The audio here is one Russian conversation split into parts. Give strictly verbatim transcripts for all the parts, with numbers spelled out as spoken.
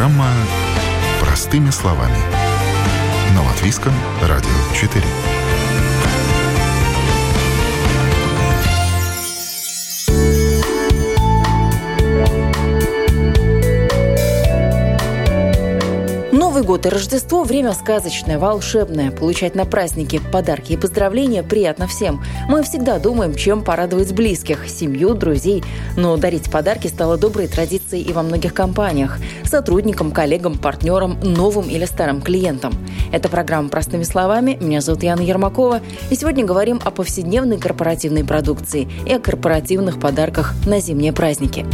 Программа «Простыми словами» на Латвийском радио четыре. Новый год и Рождество – время сказочное, волшебное. Получать на праздники подарки и поздравления приятно всем. Мы всегда думаем, чем порадовать близких, семью, друзей. Но дарить подарки стало доброй традицией и во многих компаниях. Сотрудникам, коллегам, партнерам, новым или старым клиентам. Это программа «Простыми словами». Меня зовут Яна Ермакова. И сегодня говорим о повседневной корпоративной продукции и о корпоративных подарках на зимние праздники.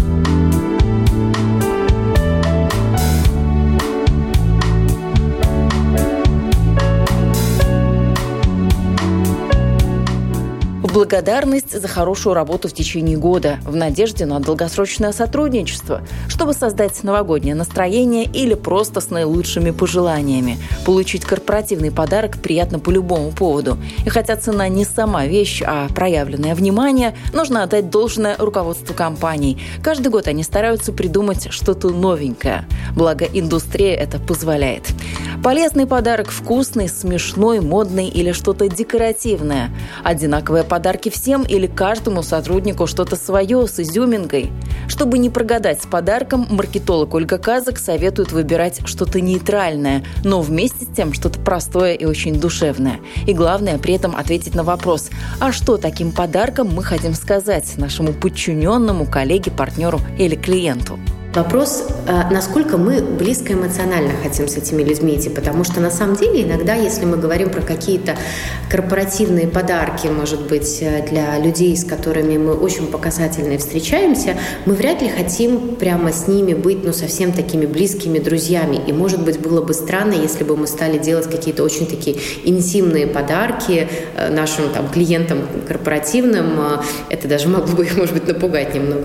В благодарность за хорошую работу в течение года, в надежде на долгосрочное сотрудничество, чтобы создать новогоднее настроение или просто с наилучшими пожеланиями. Получить корпоративный подарок приятно по любому поводу. И хотя цена не сама вещь, а проявленное внимание, нужно отдать должное руководству компаний. Каждый год они стараются придумать что-то новенькое. Благо, индустрия это позволяет. Полезный подарок, вкусный, смешной, модный или что-то декоративное. Одинаковые подарки всем или каждому сотруднику что-то свое с изюминкой. Чтобы не прогадать с подарком, маркетолог Ольга Казак советует выбирать что-то нейтральное, но вместе с тем что-то простое и очень душевное. И главное при этом ответить на вопрос, а что таким подарком мы хотим сказать нашему подчиненному, коллеге, партнеру или клиенту. Вопрос, насколько мы близко эмоционально хотим с этими людьми идти, потому что на самом деле иногда, если мы говорим про какие-то корпоративные подарки, может быть, для людей, с которыми мы очень показательно встречаемся, мы вряд ли хотим прямо с ними быть, ну, совсем такими близкими друзьями. И, может быть, было бы странно, если бы мы стали делать какие-то очень такие интимные подарки нашим там клиентам корпоративным. Это даже могло бы их, может быть, напугать немного.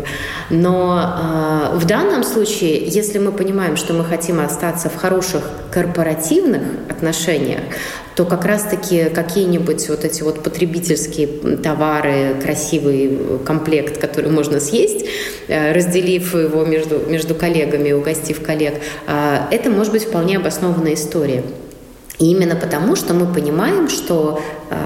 Но э, в данном В данном случае, если мы понимаем, что мы хотим остаться в хороших корпоративных отношениях, то как раз-таки какие-нибудь вот эти вот потребительские товары, красивый комплект, который можно съесть, разделив его между, между коллегами, угостив коллег, это может быть вполне обоснованная история. И именно потому, что мы понимаем, что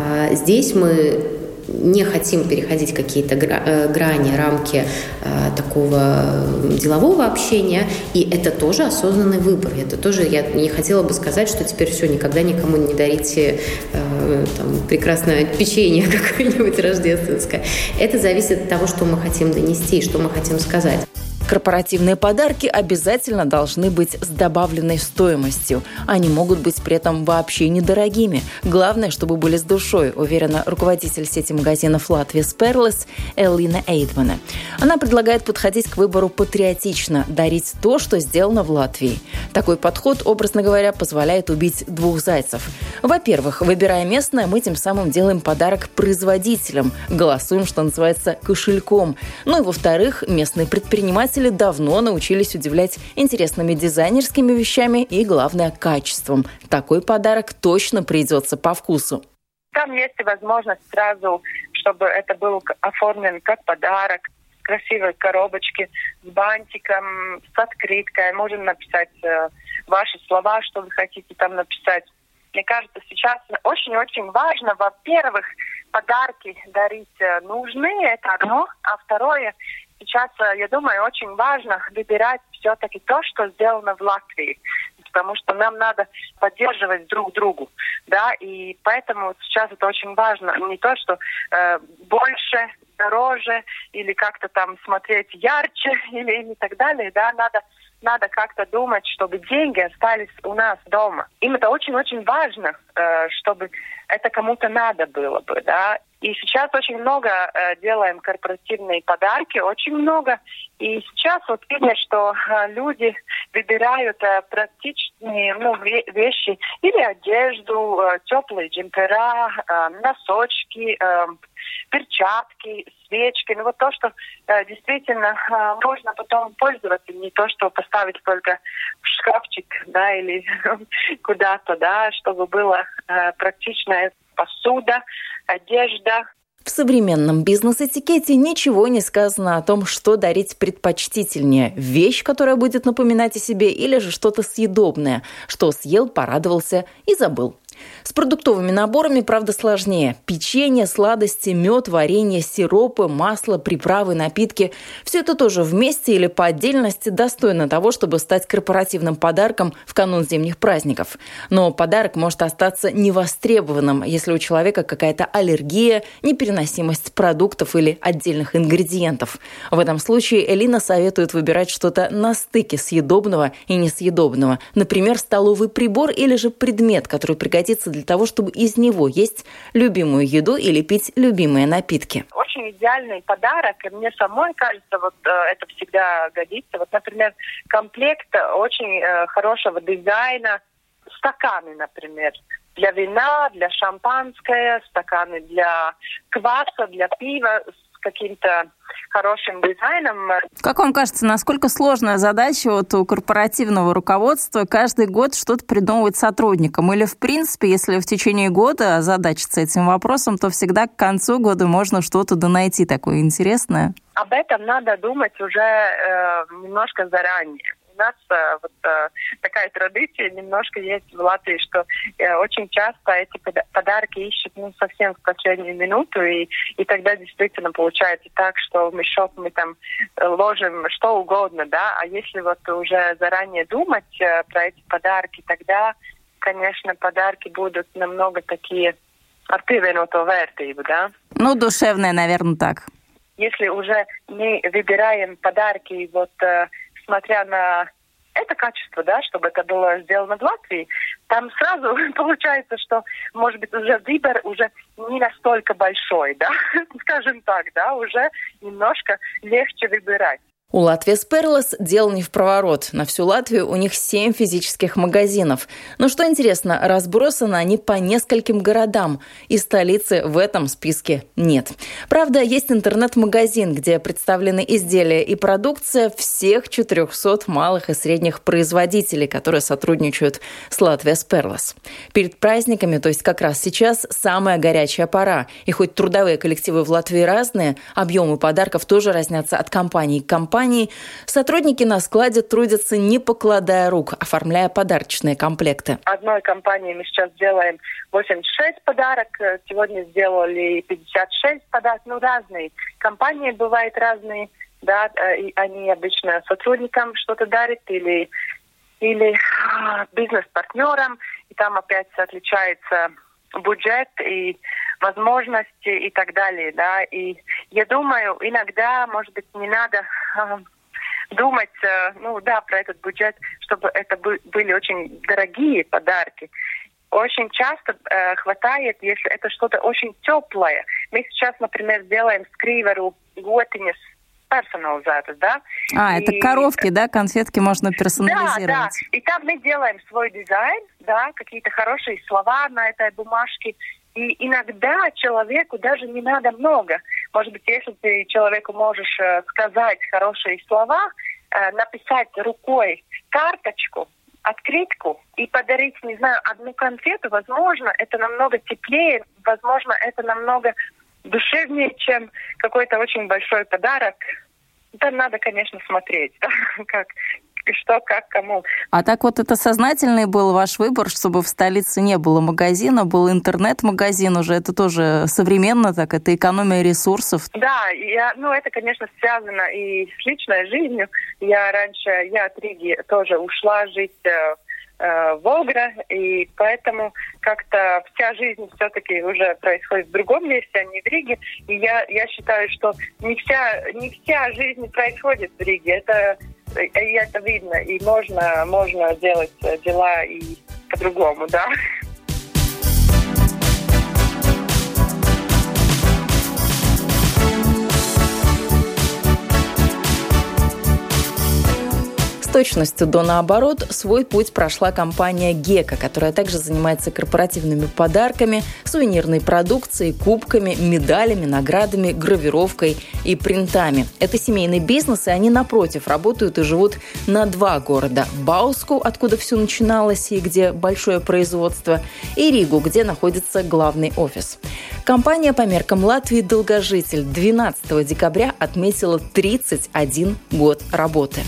здесь мы не хотим переходить какие-то грани, рамки э, такого делового общения, и это тоже осознанный выбор. Это тоже я не хотела бы сказать, что теперь все, никогда никому не дарите э, там, прекрасное печенье какое-нибудь рождественское. Это зависит от того, что мы хотим донести, что мы хотим сказать. Корпоративные подарки обязательно должны быть с добавленной стоимостью. Они могут быть при этом вообще недорогими. Главное, чтобы были с душой, уверена руководитель сети магазинов Латвии Сперлес Эллина Эйдмане. Она предлагает подходить к выбору патриотично, дарить то, что сделано в Латвии. Такой подход, образно говоря, позволяет убить двух зайцев. Во-первых, выбирая местное, мы тем самым делаем подарок производителям. Голосуем, что называется, кошельком. Ну и во-вторых, местные предприниматели давно научились удивлять интересными дизайнерскими вещами и, главное, качеством. Такой подарок точно придется по вкусу. Там есть возможность сразу, чтобы это был оформлен как подарок, в красивой коробочке, с бантиком, с открыткой. Можем написать э, ваши слова, что вы хотите там написать. Мне кажется, сейчас очень-очень важно, во-первых, подарки дарить нужны, это одно, а второе, сейчас, я думаю, очень важно выбирать все-таки то, что сделано в Латвии, потому что нам надо поддерживать друг другу, да, и поэтому сейчас это очень важно, не то, что э, больше, дороже или как-то там смотреть ярче или и так далее, да, надо Надо как-то думать, чтобы деньги остались у нас дома. Им это очень-очень важно, чтобы это кому-то надо было бы, да. И сейчас очень много э, делаем корпоративные подарки, очень много. И сейчас вот видно, что э, люди выбирают э, практичные ну, вещи или одежду, э, теплые джемпера, э, носочки, э, перчатки, свечки. Ну вот то, что э, действительно э, можно потом пользоваться, не то, что поставить только в шкафчик, да, или куда-то, да, чтобы было э, практичная посуда, одежда. В современном бизнес-этикете ничего не сказано о том, что дарить предпочтительнее – вещь, которая будет напоминать о себе, или же что-то съедобное, что съел, порадовался и забыл. С продуктовыми наборами, правда, сложнее. Печенье, сладости, мед, варенье, сиропы, масло, приправы, напитки – все это тоже вместе или по отдельности достойно того, чтобы стать корпоративным подарком в канун зимних праздников. Но подарок может остаться невостребованным, если у человека какая-то аллергия, непереносимость продуктов или отдельных ингредиентов. В этом случае Элина советует выбирать что-то на стыке съедобного и несъедобного. Например, столовый прибор или же предмет, который пригодится для того, чтобы из него есть любимую еду или пить любимые напитки. Очень идеальный подарок, и мне самой кажется, вот э, это всегда годится. Вот, например, комплект очень э, хорошего дизайна, стаканы, например, для вина, для шампанского, стаканы для кваса, для пива с каким-то хорошим дизайном. Как вам кажется, насколько сложная задача вот у корпоративного руководства каждый год что-то придумывать сотрудникам? Или, в принципе, если в течение года озадачиться этим вопросом, то всегда к концу года можно что-то донайти такое интересное? Об этом надо думать уже э, немножко заранее. У нас э, вот э, такая традиция немножко есть в Латвии, что э, очень часто эти подарки ищут ну, совсем в последнюю минуту, и, и тогда действительно получается так, что в мешок мы там ложим что угодно, да, а если вот уже заранее думать э, про эти подарки, тогда, конечно, подарки будут намного такие ar pievienoto vērtību, да. Ну, душевные, наверное, так. Если уже мы выбираем подарки, вот э, смотря на это качество, да, чтобы это было сделано в Латвии, там сразу получается, что, может быть, уже выбор уже не настолько большой, да, скажем так, да, уже немножко легче выбирать. У Латвия Перлос дело не в проворот. На всю Латвию у них семь физических магазинов. Но что интересно, разбросаны они по нескольким городам, и столицы в этом списке нет. Правда, есть интернет-магазин, где представлены изделия и продукция всех четырехсот малых и средних производителей, которые сотрудничают с Латвия Перлос. Перед праздниками, то есть как раз сейчас, самая горячая пора. И хоть трудовые коллективы в Латвии разные, объемы подарков тоже разнятся от компании к компании. Сотрудники на складе трудятся, не покладая рук, оформляя подарочные комплекты. Одной компании мы сейчас делаем восемьдесят шесть подарок, сегодня сделали пятьдесят шесть подарок, ну разные. Компании бывают разные, да, и они обычно сотрудникам что-то дарят или, или бизнес-партнерам, и там опять отличается бюджет и возможности и так далее, да, и я думаю, иногда, может быть, не надо э, думать, э, ну, да, про этот бюджет, чтобы это бы, были очень дорогие подарки. Очень часто э, хватает, если это что-то очень теплое. Мы сейчас, например, делаем скриверу готинес персонализатор, да. А, и... это коровки, да, конфетки можно персонализировать. Да, да, и там мы делаем свой дизайн, да, какие-то хорошие слова на этой бумажке. И иногда человеку даже не надо много. Может быть, если ты человеку можешь э, сказать хорошие слова, э, написать рукой карточку, открытку и подарить, не знаю, одну конфету, возможно, это намного теплее, возможно, это намного душевнее, чем какой-то очень большой подарок. Да, надо, конечно, смотреть, да, как, что, как, кому. А так вот это сознательный был ваш выбор, чтобы в столице не было магазина, был интернет-магазин уже, это тоже современно так, это экономия ресурсов. Да, я, ну это, конечно, связано и с личной жизнью. Я раньше, я от Риги тоже ушла жить э, в Волгра, и поэтому как-то вся жизнь все-таки уже происходит в другом месте, а не в Риге. И я, я считаю, что не вся, не вся жизнь происходит в Риге. Это И это видно, и можно, можно делать дела и по-другому, да. С точностью до наоборот свой путь прошла компания «Гека», которая также занимается корпоративными подарками, сувенирной продукцией, кубками, медалями, наградами, гравировкой и принтами. Это семейный бизнес, и они, напротив, работают и живут на два города – Бауску, откуда все начиналось и где большое производство, и Ригу, где находится главный офис. Компания по меркам Латвии «Долгожитель» двенадцатого декабря отметила тридцать один год работы.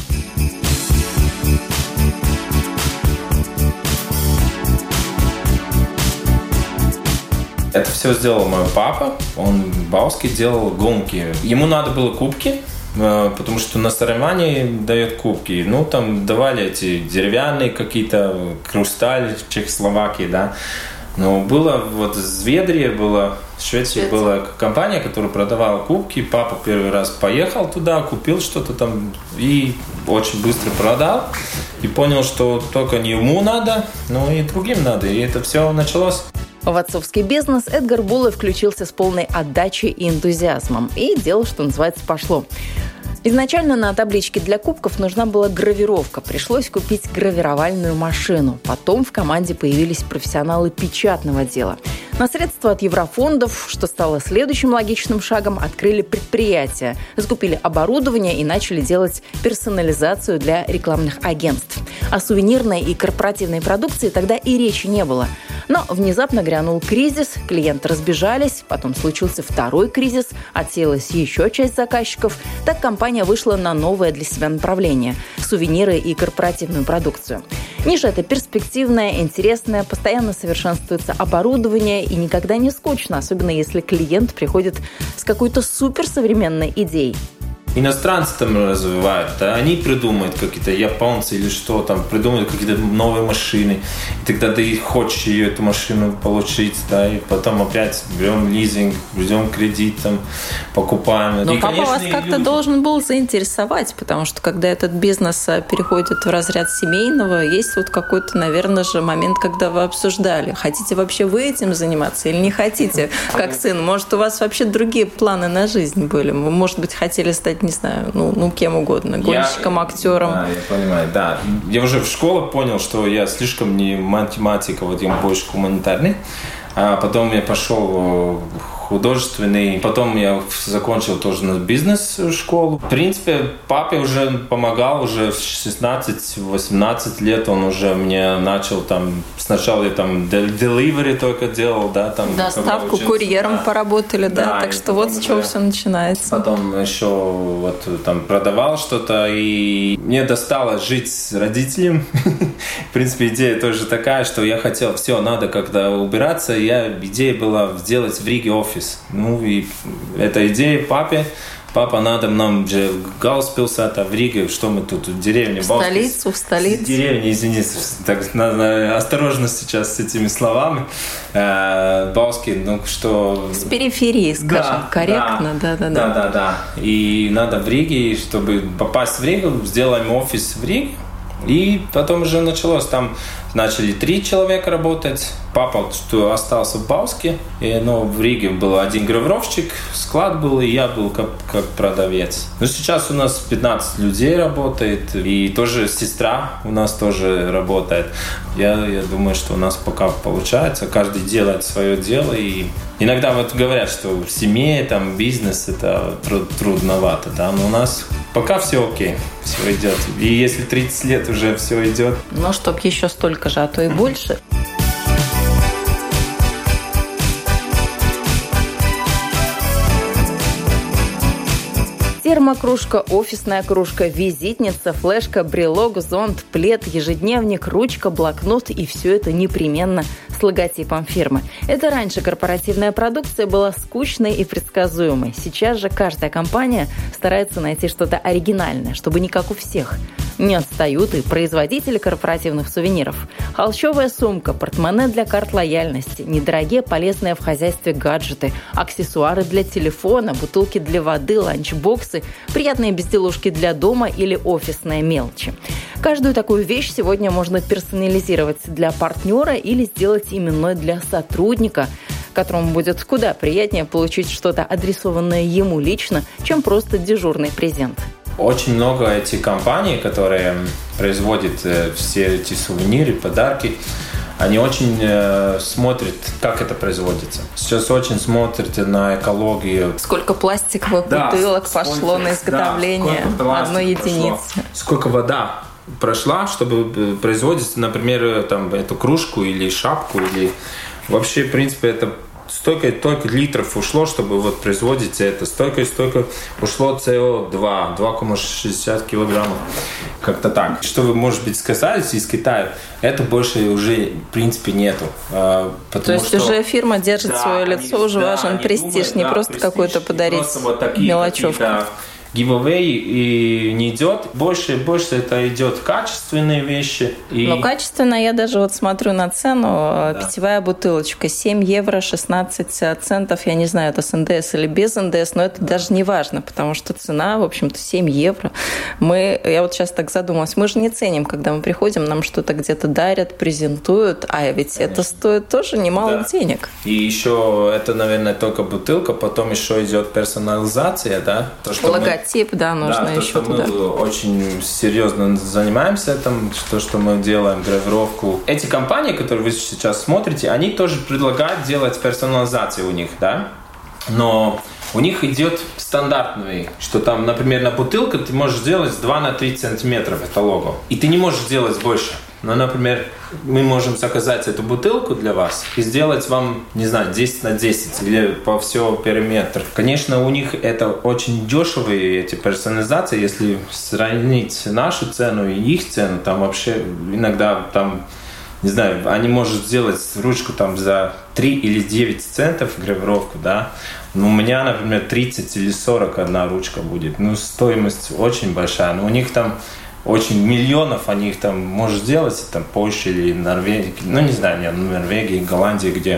Это все сделал мой папа. Он в Бауске делал гонки. Ему надо было кубки, потому что на соревновании дают кубки. Ну, там давали эти деревянные какие-то, хрусталь, Чехословакии, да. Но было вот в Венгрии, было, в Швеции Швеция. Была компания, которая продавала кубки. Папа первый раз поехал туда, купил что-то там и очень быстро продал. И понял, что только не ему надо, но и другим надо. И это все началось. В отцовский бизнес Эдгар Булы включился с полной отдачей и энтузиазмом. И дело, что называется, пошло. Изначально на табличке для кубков нужна была гравировка. Пришлось купить гравировальную машину. Потом в команде появились профессионалы печатного дела. На средства от еврофондов, что стало следующим логичным шагом, открыли предприятия, закупили оборудование и начали делать персонализацию для рекламных агентств. О сувенирной и корпоративной продукции тогда и речи не было. Но внезапно грянул кризис, клиенты разбежались, потом случился второй кризис, отсеялась еще часть заказчиков. Так компания вышла на новое для себя направление – сувениры и корпоративную продукцию. Ниша эта перспективная, интересная, постоянно совершенствуется оборудование и никогда не скучно, особенно если клиент приходит с какой-то суперсовременной идеей. Иностранцы там развивают, да, они придумают какие-то японцы или что там, придумают какие-то новые машины, и тогда ты хочешь ее, эту машину получить, да, и потом опять берем лизинг, берем кредит, там, покупаем. Но и, папа конечно, вас как-то люди... должен был заинтересовать, потому что когда этот бизнес переходит в разряд семейного, есть вот какой-то, наверное же, момент, когда вы обсуждали, хотите вообще вы этим заниматься или не хотите, как сын, может, у вас вообще другие планы на жизнь были, вы, может быть, хотели стать, не знаю, ну, ну кем угодно, гонщиком, я, актером. Да, я понимаю, да. Я уже в школе понял, что я слишком не математика, вот я больше гуманитарный. А потом я пошел в художественный. Потом я закончил тоже на бизнес-школу. В принципе, папе уже помогал, уже в шестнадцать-восемнадцать лет он уже мне начал там... Сначала я там delivery только делал, да, там... Доставку, курьером да. поработали, да, да так что вот с чего все начинается. Потом еще вот там продавал что-то, и мне досталось жить с родителем. В принципе, идея тоже такая, что я хотел, все, надо когда убираться, я, идея была сделать в Риге офис. Ну и эта идея папе. Папа, надо нам же Галспилсата в Риге, что мы тут в деревне. В столицу, в столицу. В деревне, извините, так, надо осторожно сейчас с этими словами. Бауски, ну что... С периферии, скажем, да, корректно, да-да-да. Да-да-да. И надо в Риге, чтобы попасть в Ригу, сделаем офис в Риге. И потом уже началось, там начали три человека работать. Папа что остался в Бауске, и, ну, в Риге был один гравировщик, склад был, и я был как, как продавец. Но сейчас у нас пятнадцать людей работает, и тоже сестра у нас тоже работает. Я, я думаю, что у нас пока получается, каждый делает свое дело, и иногда вот говорят, что в семье, там, бизнес, это труд, трудновато, да, но у нас пока все окей, все идет. И если тридцать лет уже все идет. Ну, чтоб еще столько же, а то и больше. Термокружка, офисная кружка, визитница, флешка, брелок, зонт, плед, ежедневник, ручка, блокнот и все это непременно с логотипом фирмы. Это раньше корпоративная продукция была скучной и предсказуемой. Сейчас же каждая компания старается найти что-то оригинальное, чтобы не как у всех. Не отстают и производители корпоративных сувениров. Холщовая сумка, портмоне для карт лояльности, недорогие полезные в хозяйстве гаджеты, аксессуары для телефона, бутылки для воды, ланчбоксы, приятные безделушки для дома или офисные мелочи. Каждую такую вещь сегодня можно персонализировать для партнера или сделать именной для сотрудника, которому будет куда приятнее получить что-то адресованное ему лично, чем просто дежурный презент. Очень много этих компаний, которые производят все эти сувениры, подарки, они очень э, смотрят, как это производится. Сейчас очень смотрят на экологию. Сколько пластиковых да, бутылок пошло сколько, на изготовление да, одной единицы. Прошло. Сколько вода прошла, чтобы производить, например, там, эту кружку или шапку. Или... Вообще, в принципе, это столько и столько литров ушло, чтобы вот производить это, столько и столько ушло си о два, два целых шестьдесят сотых килограммов. Как-то так. Что вы, может быть, сказали из Китая, это больше уже, в принципе, нету. То есть что, уже фирма держит да, свое лицо, они, уже да, важен престиж, думают, не да, просто какой-то подарить просто вот такие, мелочевку. Giveaway и не идет. Больше, больше это идет качественные вещи. И... Но качественно я даже вот смотрю на цену. Да. Питьевая бутылочка семь евро шестнадцать центов. Я не знаю, это с эн дэ эс или без эн дэ эс, но это да. даже не важно, потому что цена, в общем-то, семь евро. Мы, я вот сейчас так задумалась, мы же не ценим, когда мы приходим, нам что-то где-то дарят, презентуют, а ведь Конечно. это стоит тоже немало да. денег. И еще это, наверное, только бутылка, потом еще идет персонализация, да? То, что Логотип. Мы... Тип, да, нужно да, еще то, туда. Мы очень серьезно занимаемся этим, то, что мы делаем гравировку. Эти компании, которые вы сейчас смотрите, они тоже предлагают делать персонализацию у них, да? Но у них идет стандартный, что там, например, на бутылке ты можешь сделать два на три сантиметра, это лого. И ты не можешь делать больше. Но, например, мы можем заказать эту бутылку для вас и сделать вам, не знаю, десять на десять или по всему периметру. Конечно, у них это очень дешевые эти персонализации. Если сравнить нашу цену и их цену, там вообще иногда там, не знаю, они могут сделать ручку там за три или девять центов гравировку, да. Но у меня, например, тридцать или сорок одна ручка будет. Ну, стоимость очень большая. Но у них там очень миллионов они их там может сделать, там Польша или Норвегия, ну не знаю, нет, Норвегия, Голландия, где.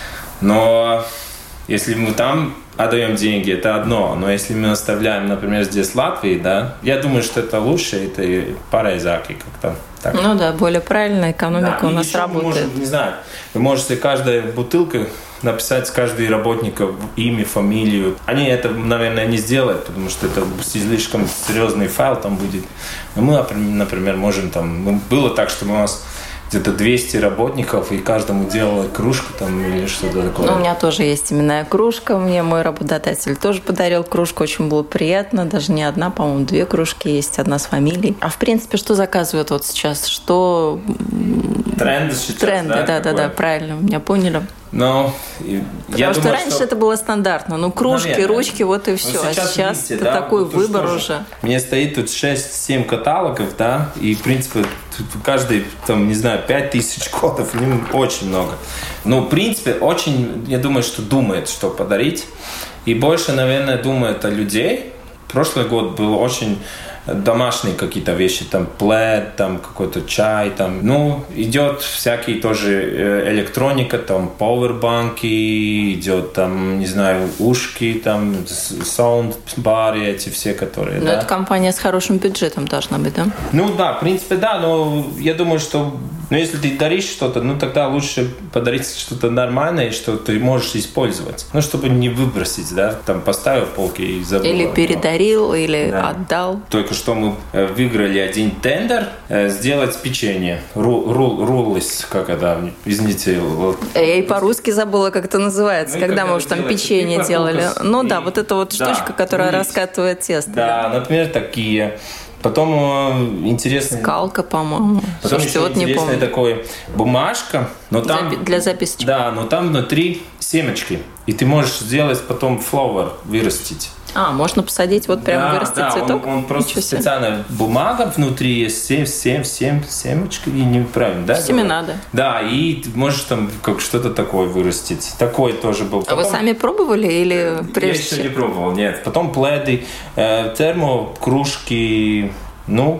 Но если мы там отдаем деньги, это одно. Но если мы оставляем, например, здесь в Латвии, да, я думаю, что это лучше, это парайзаки как-то. Так. Ну да, более правильная экономика да, у нас работает. Можем, не знаю, вы можете каждая бутылка написать каждый работник имя, фамилию. Они это, наверное, не сделают, потому что это слишком серьезный файл там будет. Но мы, например, можем там... Было так, что у нас где-то двести работников, и каждому делала кружку там или что-то такое. Ну, у меня тоже есть именная кружка. Мне мой работодатель тоже подарил кружку. Очень было приятно. Даже не одна, по-моему, две кружки есть. Одна с фамилией. А в принципе, что заказывают вот сейчас? Что... Тренды сейчас, Тренды, да? Да-да-да, правильно. Меня поняли. Но Потому я что думаю, раньше что... это было стандартно. Ну, кружки, Наверное. ручки, вот и все. Сейчас а сейчас видите, это да, такой вот выбор тоже. уже. Мне стоит тут шесть-семь каталогов, да, и, в принципе, каждый, там, не знаю, пять тысяч кодов, ну, очень много. Но, в принципе, очень, я думаю, что думает, что подарить. И больше, наверное, думает о людей. Прошлый год был очень... домашние какие-то вещи, там плед, там какой-то чай, там, ну, идет всякие тоже электроника, там пауэрбанки, идет там, не знаю, ушки, там саундбары эти все, которые, но да. это компания с хорошим бюджетом должна быть, да? Ну да, в принципе, да, но я думаю, что, ну, если ты даришь что-то, ну, тогда лучше подарить что-то нормальное, что ты можешь использовать, ну, чтобы не выбросить, да, там поставил полки и забыл. Или передарил, или да. отдал. Только что мы выиграли один тендер сделать печенье. Рул, рул, руллис, как это, извините. Вот. Я и по-русски забыла, как это называется, ну, когда, когда мы уж там печенье делали. Ну и... да, вот эта вот да, штучка, которая руллис. Раскатывает тесто. Да, да, например, такие. Потом интересно... Скалка, по-моему. Потом Слушайте, еще вот не помню. такой бумажка, но там... Запи- для записочки. Да, но там внутри семечки. И ты можешь сделать потом флауэр, вырастить. А, можно посадить, вот прям да, вырастить да, цветок? Он, он просто специальная бумага, внутри есть семь, семь, семь семечки, и неправильно, да? Семена, да. Да, и ты можешь там как что-то такое вырастить. Такой тоже был. Потом... А вы сами пробовали или прежде? Я еще не пробовал, нет. Потом пледы, э, термокружки, ну,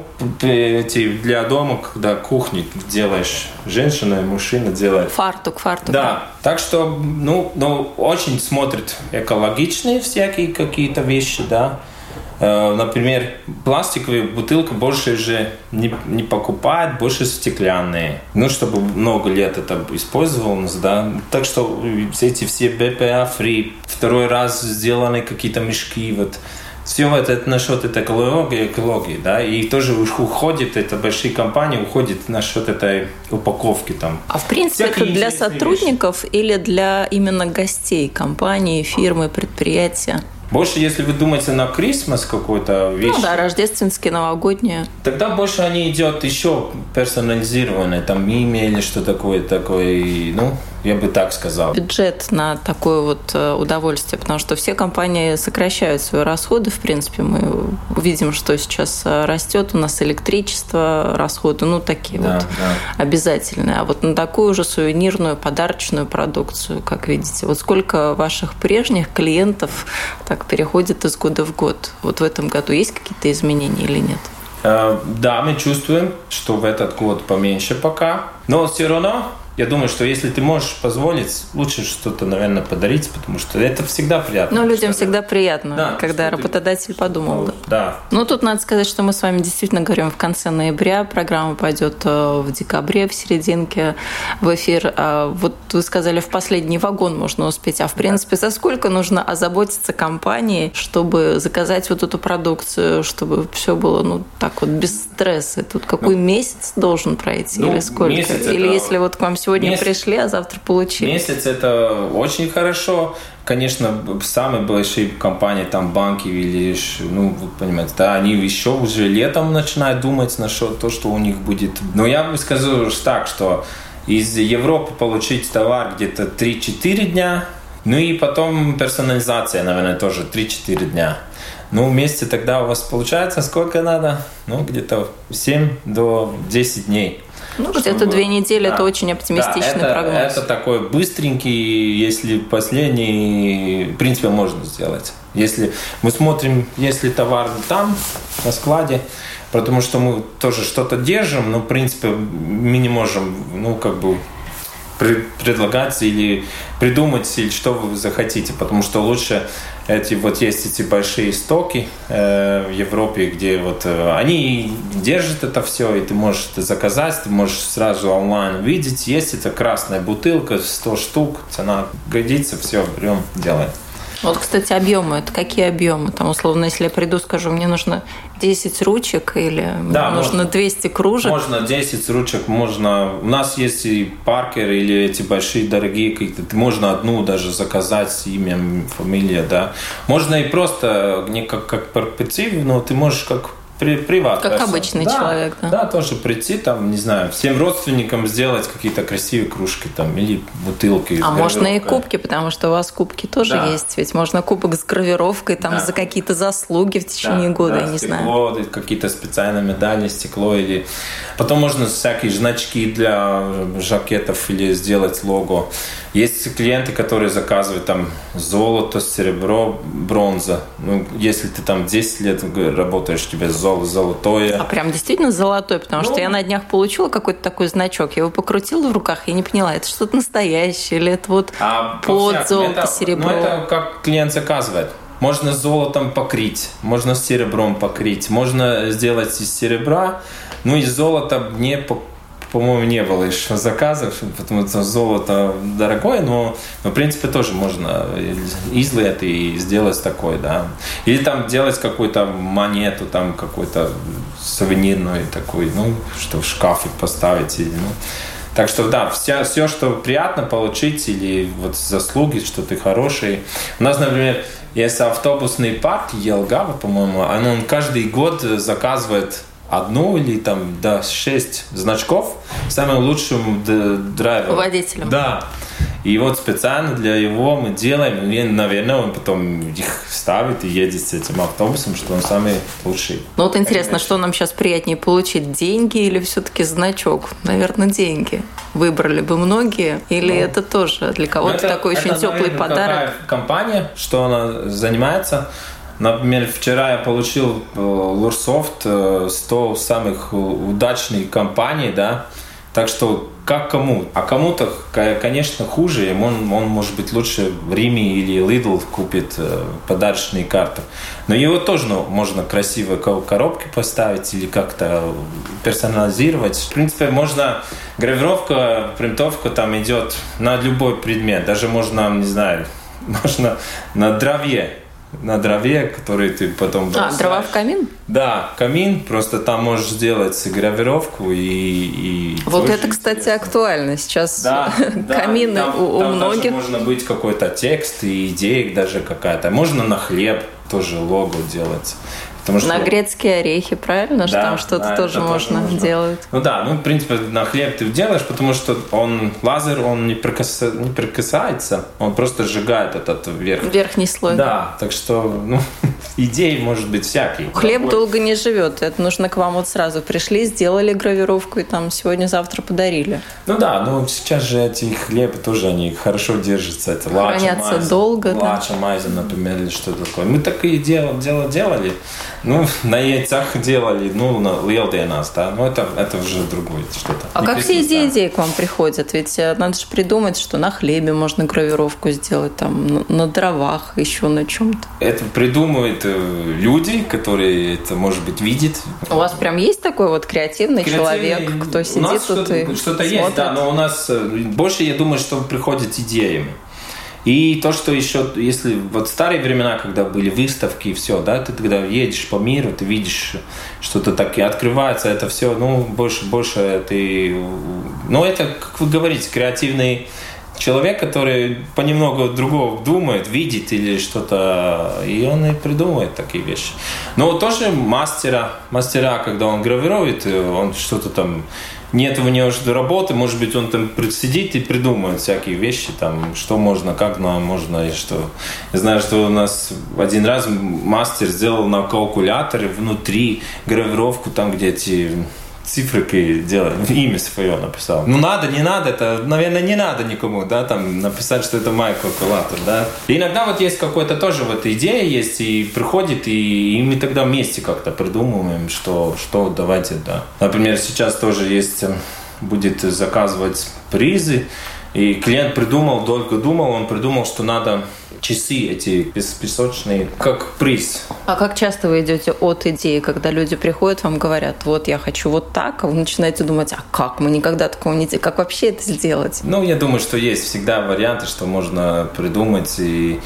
эти для дома, когда кухню делаешь, женщина и мужчина делают. Фартук, фартук. Да, так что, ну, ну, очень смотрят экологичные всякие какие-то вещи, да. Э, например, пластиковые бутылки больше уже не, не покупают, больше стеклянные. Ну, чтобы много лет это использовалось, да. Так что эти все би пи а-free, второй раз сделаны какие-то мешки, вот. Все это, это насчет этой экологии, экологии, да, и тоже уходит, это большие компании уходят насчет этой упаковки там. А в принципе всякие это для сотрудников вещи. Или для именно гостей компании, фирмы, предприятия? Больше, если вы думаете на Крисмас какой-то вещь. Ну да, рождественские, новогодние. Тогда больше они идет еще персонализированные, там имя или что такое, такое, ну, Я бы так сказал. Бюджет на такое вот удовольствие, потому что все компании сокращают свои расходы. В принципе, мы увидим, что сейчас растет у нас электричество, расходы, ну, такие да, вот да. обязательные. А вот на такую же сувенирную, подарочную продукцию, как видите, вот сколько ваших прежних клиентов так переходит из года в год? Вот в этом году есть какие-то изменения или нет? Да, мы чувствуем, что в этот год поменьше пока, но все равно я думаю, что если ты можешь позволить, лучше что-то, наверное, подарить, потому что это всегда приятно. Ну, людям всегда приятно, да, когда работодатель ты... подумал. Да. да. Ну, тут надо сказать, что мы с вами действительно говорим в конце ноября. Программа пойдет в декабре, в серединке в эфир. Вот вы сказали, в последний вагон можно успеть. А в принципе, за сколько нужно озаботиться компании, чтобы заказать вот эту продукцию, чтобы все было, ну, так вот, без стресса? Тут какой ну, месяц должен пройти ну, или сколько? Или это... если вот к вам сегодня месяц, пришли, а завтра получили? Месяц – это очень хорошо. Конечно, самые большие компании, там банки или, ну, вы понимаете, да, они еще уже летом начинают думать насчет того, что у них будет. Но я бы сказал так, что из Европы получить товар где-то три-четыре дня, ну и потом персонализация, наверное, тоже три-четыре дня. Ну, вместе тогда у вас получается сколько надо? Ну, где-то семь до десяти дней. Ну, где-то две недели, да, это очень оптимистичный да, это, прогноз. Это такой быстренький, если последний, в принципе, можно сделать. Если мы смотрим, если товар там, на складе, потому что мы тоже что-то держим, но, в принципе, мы не можем, ну, как бы, предлагать или придумать, или что вы захотите, потому что лучше эти вот есть эти большие стоки э, в Европе, где вот э, они держат это все, и ты можешь это заказать, ты можешь сразу онлайн увидеть, есть эта красная бутылка, сто штук, цена годится, все, берем, делаем. Вот, кстати, объемы. Это какие объемы? Там, условно, если я приду, скажу, мне нужно десять ручек или да, мне нужно двести кружек? Можно десять ручек, можно... У нас есть и Паркер, или эти большие, дорогие какие-то. Можно одну даже заказать с именем, фамилия, да. Можно и просто, не как, как перспектив, но ты можешь как... приват. Как person. Обычный да, человек, да? Да, тоже прийти, там, не знаю, всем родственникам сделать какие-то красивые кружки там, или бутылки. А можно и кубки, потому что у вас кубки тоже да. есть. Ведь можно кубок с гравировкой там, да. за какие-то заслуги в течение да, года, да, я не стекло, знаю. Какие-то специальные медали, стекло. Или... Потом можно всякие значки для жакетов или сделать лого. Есть клиенты, которые заказывают там золото, серебро, бронза. Ну, если ты там десять лет работаешь, тебе золото, золотое. А прям действительно золотое? Потому ну, что я на днях получила какой-то такой значок. Я его покрутила в руках, я не поняла, это что-то настоящее или это вот а под золото, это, серебро? Ну, это как клиент заказывает. Можно золотом покрыть, можно серебром покрыть, можно сделать из серебра, ну из золота не покрыть. По-моему, не было еще заказов, потому что золото дорогое, но, но в принципе тоже можно излить и сделать такой, да. Или там делать какую-то монету, там какую-то сувенирную такую, ну, что в шкафе поставить. Или, ну. Так что да, все, все, что приятно получить, или вот заслуги, что ты хороший. У нас, например, есть автобусный парк Елгава, по-моему, он каждый год заказывает одну или там, да, шесть значков самым лучшим драйвером. Водителем. Да. И вот специально для его мы делаем, и, наверное, он потом их ставит и едет с этим автобусом, что он самый лучший. Ну вот интересно, что нам сейчас приятнее получить, деньги или все-таки значок? Наверное, деньги. Выбрали бы многие, или ну, это тоже для кого-то это, такой это, очень теплый наверное, подарок? Какая компания, что она занимается. Например, вчера я получил Лурсофт сто самых удачных компаний, да, так что как кому, а кому-то, конечно, хуже, он, он может быть лучше в Риме или Lidl купит подарочные карты, но его тоже ну, можно красиво коробки поставить или как-то персонализировать. В принципе, можно гравировка, принтовка там идет на любой предмет, даже можно, не знаю, можно на дрове. На дрове, который ты потом бросаешь. А, дрова в камин? Да, камин. Просто там можешь сделать гравировку и... и вот это, кстати, интересно. Актуально. Сейчас да, камины да, там, у, там у многих. Там можно быть какой-то текст и идея даже какая-то. Можно на хлеб тоже лого делать. Потому что... На грецкие орехи, правильно? Да, что там что-то да, тоже можно делать. Ну да, ну в принципе на хлеб ты делаешь, потому что он лазер, он не, прикаса... не прикасается, он просто сжигает этот верх. Верхний слой. Да, так что ну, идеи может быть всякие. Хлеб Какой... долго не живет, это нужно к вам вот сразу пришли, сделали гравировку и там сегодня-завтра подарили. Ну да, но сейчас же эти хлебы тоже они хорошо держатся, это лача майзен, долго, лача да. майзен, например, или что-то такое. Мы такие дело, дело делали. Ну, на яйцах делали, ну, на лелденас, да, но это, это уже другое что-то. А как все эти идеи к вам приходят? Ведь надо же придумать, что на хлебе можно гравировку сделать, там, на дровах, еще на чем-то. Это придумывают люди, которые это, может быть, видят. У вас прям есть такой вот креативный, креативный человек, кто сидит у нас тут что-то, и что-то смотрит? есть, да, но у нас больше, я думаю, что приходят идеями. И то, что еще, если вот в старые времена, когда были выставки и все, да, ты когда едешь по миру, ты видишь что-то такое, открывается это все, ну, больше, больше ты... Ну, это, как вы говорите, креативный человек, который понемногу другого думает, видит или что-то, и он и придумывает такие вещи. Но тоже мастера, мастера, когда он гравирует, он что-то там... Нет у него уже работы, может быть, он там сидит и придумывает всякие вещи, там, что можно, как нам можно, и что. Я знаю, что у нас один раз мастер сделал на калькуляторе внутри гравировку, там, где эти цифры делают, имя свое написал. Ну, надо, не надо, это, наверное, не надо никому, да, там, написать, что это мой калькулятор, да. И иногда вот есть какой-то тоже вот идея есть, и приходит, и, и мы тогда вместе как-то придумываем, что, что давайте, да. Например, сейчас тоже есть, будет заказывать призы, и клиент придумал, долго думал, он придумал, что надо часы эти песочные, как приз. А как часто вы идете от идеи, когда люди приходят, вам говорят, вот я хочу вот так, а вы начинаете думать, а как, мы никогда такого не делали, как вообще это сделать? Ну, я думаю, что есть всегда варианты, что можно придумать, и,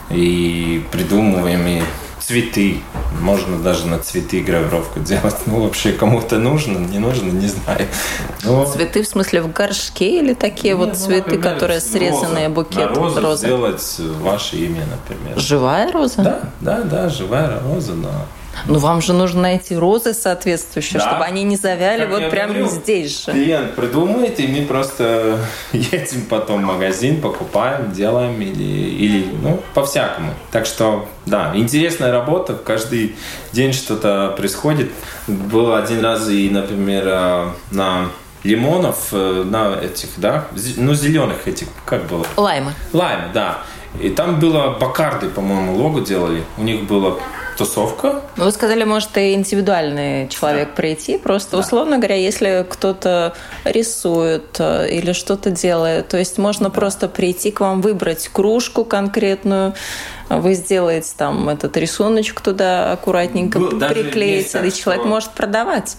и придумываем, и цветы. Можно даже на цветы гравировку делать. Ну, вообще, кому-то нужно, не нужно, не знаю. Но... Цветы, в смысле, в горшке или такие не, вот ну, цветы, например, которые срезанные, букет на розу розы? Сделать ваше имя, например. Живая роза? Да, да, да, живая роза, да. Ну, вам же нужно найти розы соответствующие, да. чтобы они не завяли как вот прямо говорю, здесь же. Клиент придумает, и мы просто едем потом в магазин, покупаем, делаем или, или ну, по-всякому. Так что, да, интересная работа, каждый день что-то происходит. Был один раз и, например, на лимонов, на этих, да, ну, зеленых этих, как было? Лаймы. Лаймы, да. И там было Бакарды, по-моему, лого делали. У них было тусовка. Вы сказали, может и индивидуальный человек да. прийти. Просто, да. условно говоря, если кто-то рисует или что-то делает, то есть можно да. просто прийти к вам, выбрать кружку конкретную, вы сделаете там этот рисуночек туда аккуратненько Был, приклеите, и человек что... может продавать.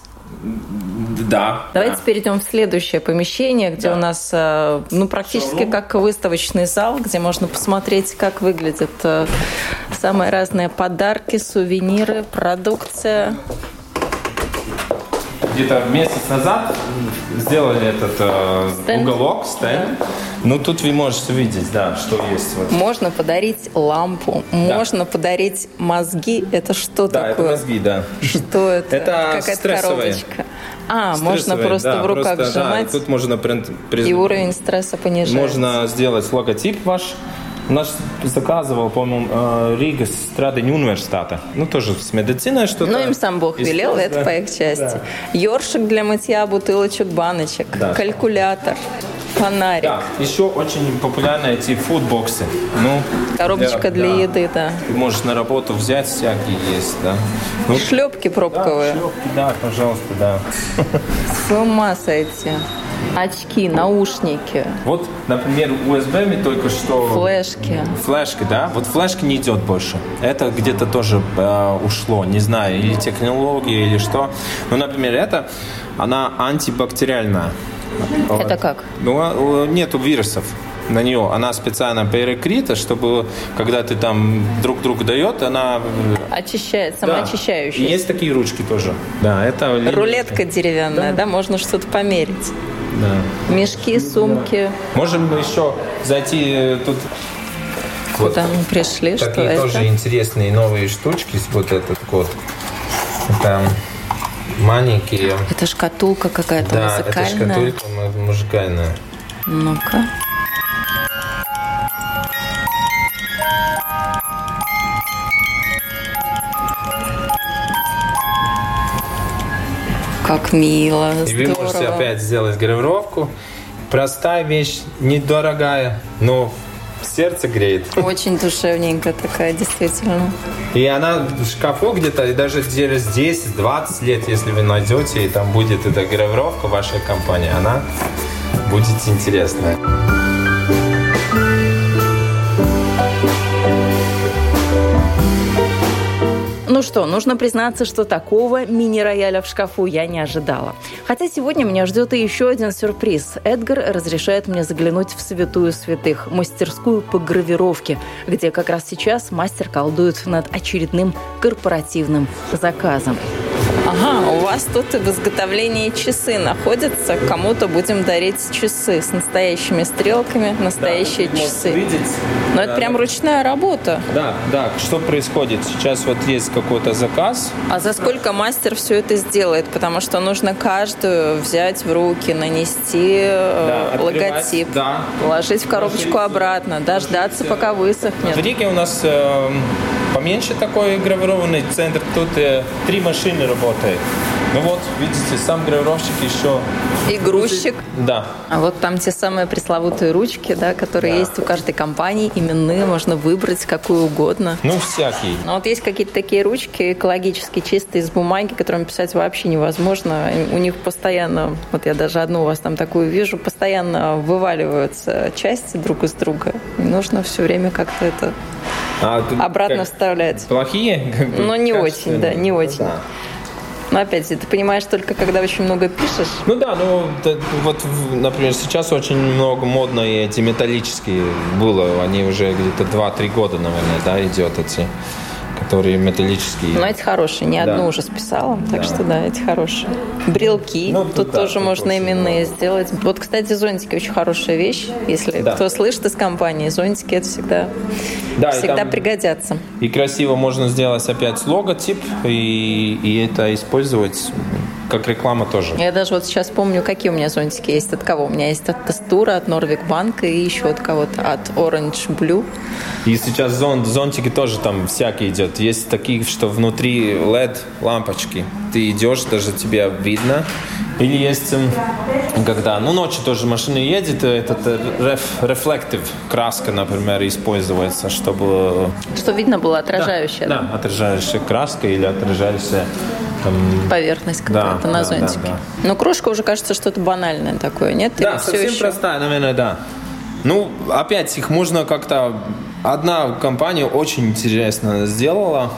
Да. Давайте да. перейдем в следующее помещение, где да. у нас ну, практически Шоу. как выставочный зал, где можно посмотреть, как выглядят самые разные подарки, сувениры, продукция. Где-то месяц назад сделали этот э, стенд. уголок, стенд. Да. Ну, тут вы можете увидеть, да, что есть. Вот. Можно подарить лампу, да. можно подарить мозги. Это что да, такое? Да, это мозги, да. Что это? Это какая-то стрессовые. коробочка. А, можно просто да, в руках просто, сжимать. Да, тут можно и уровень стресса понижается. Можно сделать логотип ваш. Наш заказывал, по-моему, Рига Страдень университета. Ну, тоже с медициной что-то. Ну, им сам Бог велел, это да. по их части. Да. Ёршик для мытья бутылочек, баночек, да. калькулятор, фонарик. Да, еще очень популярны эти фудбоксы. Ну, коробочка для, для да. еды, да. Ты можешь на работу взять, всякие есть, да. Ну, шлепки пробковые. Да, шлепки, да, пожалуйста, да. С ума сойти. Очки, наушники. Вот, например, ю эс би мы только что... Флешки. Флешки, да. Вот флешки не идет больше. Это где-то тоже э, ушло. Не знаю, или технология, или что. Ну, например, это, она антибактериальная. Это как? Ну, нету вирусов на нее. Она специально перекрыта, чтобы, когда ты там друг другу дает, она... Очищает, самоочищающая. Да. И есть такие ручки тоже. Да, это... Рулетка деревянная, да, да? Можно что-то померить. Да. Мешки, сумки. Да. Можем еще зайти тут... Куда вот мы пришли? Такие что тоже это? Интересные новые штучки. Вот этот код. Это маленькие. Это шкатулка какая-то да, музыкальная. Да, это шкатулка музыкальная. Ну-ка. Как мило, и здорово. вы можете опять сделать гравировку. Простая вещь, недорогая, но сердце греет. Очень душевненькая такая, действительно. И она в шкафу где-то, и даже через десять-двадцать лет, если вы найдете, и там будет эта гравировка вашей компании, она будет интересная. Ну что, нужно признаться, что такого мини-рояля в шкафу я не ожидала. Хотя сегодня меня ждет и еще один сюрприз. Эдгар разрешает мне заглянуть в святую святых, мастерскую по гравировке, где как раз сейчас мастер колдует над очередным корпоративным заказом. Ага, у вас тут и в изготовлении часы находятся. Кому-то будем дарить часы с настоящими стрелками, настоящие да, часы. Видеть. Но да, это прям да. ручная работа. Да, да. Что происходит? Сейчас вот есть какой-то заказ. А за сколько мастер все это сделает? Потому что нужно каждую взять в руки, нанести да, логотип, да. положить в коробочку Ложить, обратно, дождаться, пока высохнет. В Риге у нас э, поменьше такой гравированный центр. Тут э, три машины работают. Ну вот, видите, сам гравировщик еще... И грузчик. Да. А вот там те самые пресловутые ручки, да, которые да. есть у каждой компании, именные, можно выбрать какую угодно. Ну, всякие. Но вот есть какие-то такие ручки экологически чистые, из бумаги, которыми писать вообще невозможно. У них постоянно, вот я даже одну у вас там такую вижу, постоянно вываливаются части друг из друга. И нужно все время как-то это а, обратно вставлять. Плохие? Как бы, ну, не очень, да, не очень. Да. Но опять же, ты понимаешь только, когда очень много пишешь. Ну да, ну вот, например, сейчас очень много модно и эти металлические было. Они уже где-то два-три года, наверное, да, идет эти, которые металлические. Но эти хорошие, не да. одну уже списала, так да. что да, эти хорошие. Брелки, ну, тут, тут да, тоже тут можно именные много. Сделать. Вот, кстати, зонтики очень хорошая вещь. Если да. кто слышит из компании, зонтики это всегда, да, всегда и пригодятся. И красиво можно сделать опять логотип и, и это использовать как реклама тоже. Я даже вот сейчас помню, какие у меня зонтики есть. От кого? У меня есть от Тестура, от Норвик Банка и еще от кого-то, от Orange Blue. И сейчас зонт, зонтики тоже там всякие идет. Есть такие, что внутри эл и ди-лампочки. Ты идешь, даже тебя видно. Или есть, когда, ну, ночью тоже машина едет, этот реф, рефлектив краска, например, используется, чтобы... Что видно было, отражающая. Да, да, отражающая краска или отражающая... Там... Поверхность какая-то да, на да, зонтике. Да, да. Но кружка уже кажется что-то банальное такое, нет? Да, или совсем еще... простая, наверное, да. Ну, опять их можно как-то... Одна компания очень интересно сделала.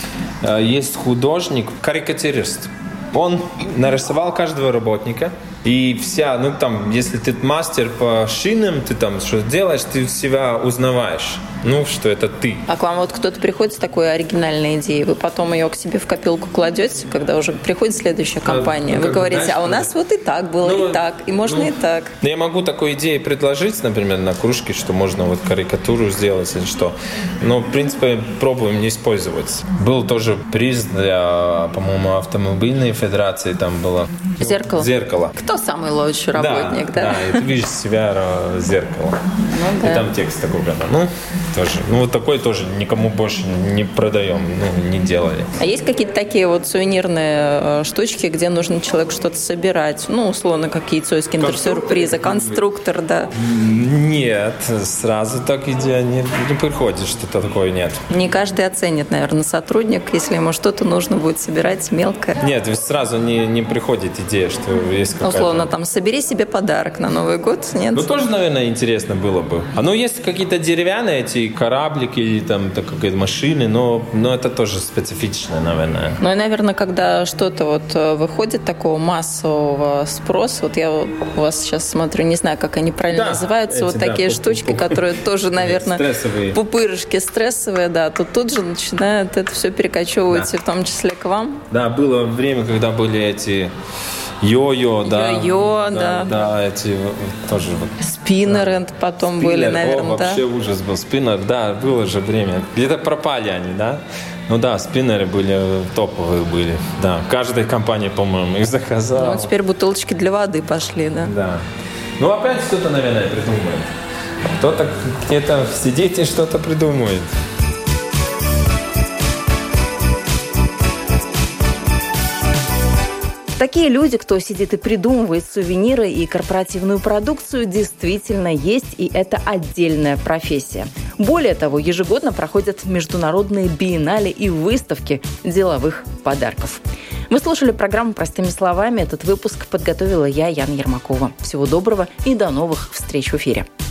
Есть художник, карикатурист. Он нарисовал каждого работника. И вся, ну там, если ты мастер по шинам, ты там что делаешь, ты себя узнаваешь. Ну, что это ты. А к вам вот кто-то приходит с такой оригинальной идеей, вы потом ее к себе в копилку кладете, когда уже приходит следующая компания. А, ну, вы говорите, знаешь, а у нас вот и так было, ну, и так, и можно ну, и так. Я могу такой идеей предложить, например, на кружке, что можно вот карикатуру сделать или что. Но, в принципе, пробуем не использовать. Был тоже приз для, по-моему, автомобильной федерации, там было... Зеркало. Зеркало. Кто самый лучший работник, да? Да, да, и ты видишь себя в зеркало. Ну, да. И там текст такой, ну, тоже. Ну, вот такой тоже никому больше не продаем, ну, не делали. А есть какие-то такие вот сувенирные штучки, где нужно человеку что-то собирать? Ну, условно, как яйцо из киндер-сюрприза, конструктор, да? Нет, сразу так идея не, не приходит, что-то такое нет. Не каждый оценит, наверное, сотрудник, если ему что-то нужно будет собирать мелкое. Нет, сразу не, не приходит идея, что есть какая-то... Условно, там, собери себе подарок на Новый год, нет? Ну, тоже, наверное, интересно было бы. А ну, есть какие-то деревянные эти кораблики или там какие-то машины, но, но это тоже специфично, наверное. Ну, и, наверное, когда что-то вот выходит такого массового спроса, вот я у вас сейчас смотрю, не знаю, как они правильно да, называются, эти, вот да, такие пуп- штучки, пуп- которые тоже, наверное, стрессовые. Пупырышки стрессовые, да, то тут же начинает это все перекочевывать, да. И в том числе к вам. Да, было время, когда были эти... Йо-йо, да. Йо-йо, да. Да, да, эти тоже вот. Спиннеры да. потом Спиннер, были, наверное, о, да? Вообще ужас был. Спиннер, да, было же время. Где-то пропали они, да? Ну да, спиннеры были, топовые были. Да, каждая компания, по-моему, их заказала. Ну, теперь бутылочки для воды пошли, да? Да. Ну, опять кто-то, наверное, придумает. Кто-то где-то сидит и что-то придумает. Такие люди, кто сидит и придумывает сувениры и корпоративную продукцию, действительно есть, и это отдельная профессия. Более того, ежегодно проходят международные биеннале и выставки деловых подарков. Вы слушали программу «Простыми словами». Этот выпуск подготовила я, Яна Ермакова. Всего доброго и до новых встреч в эфире.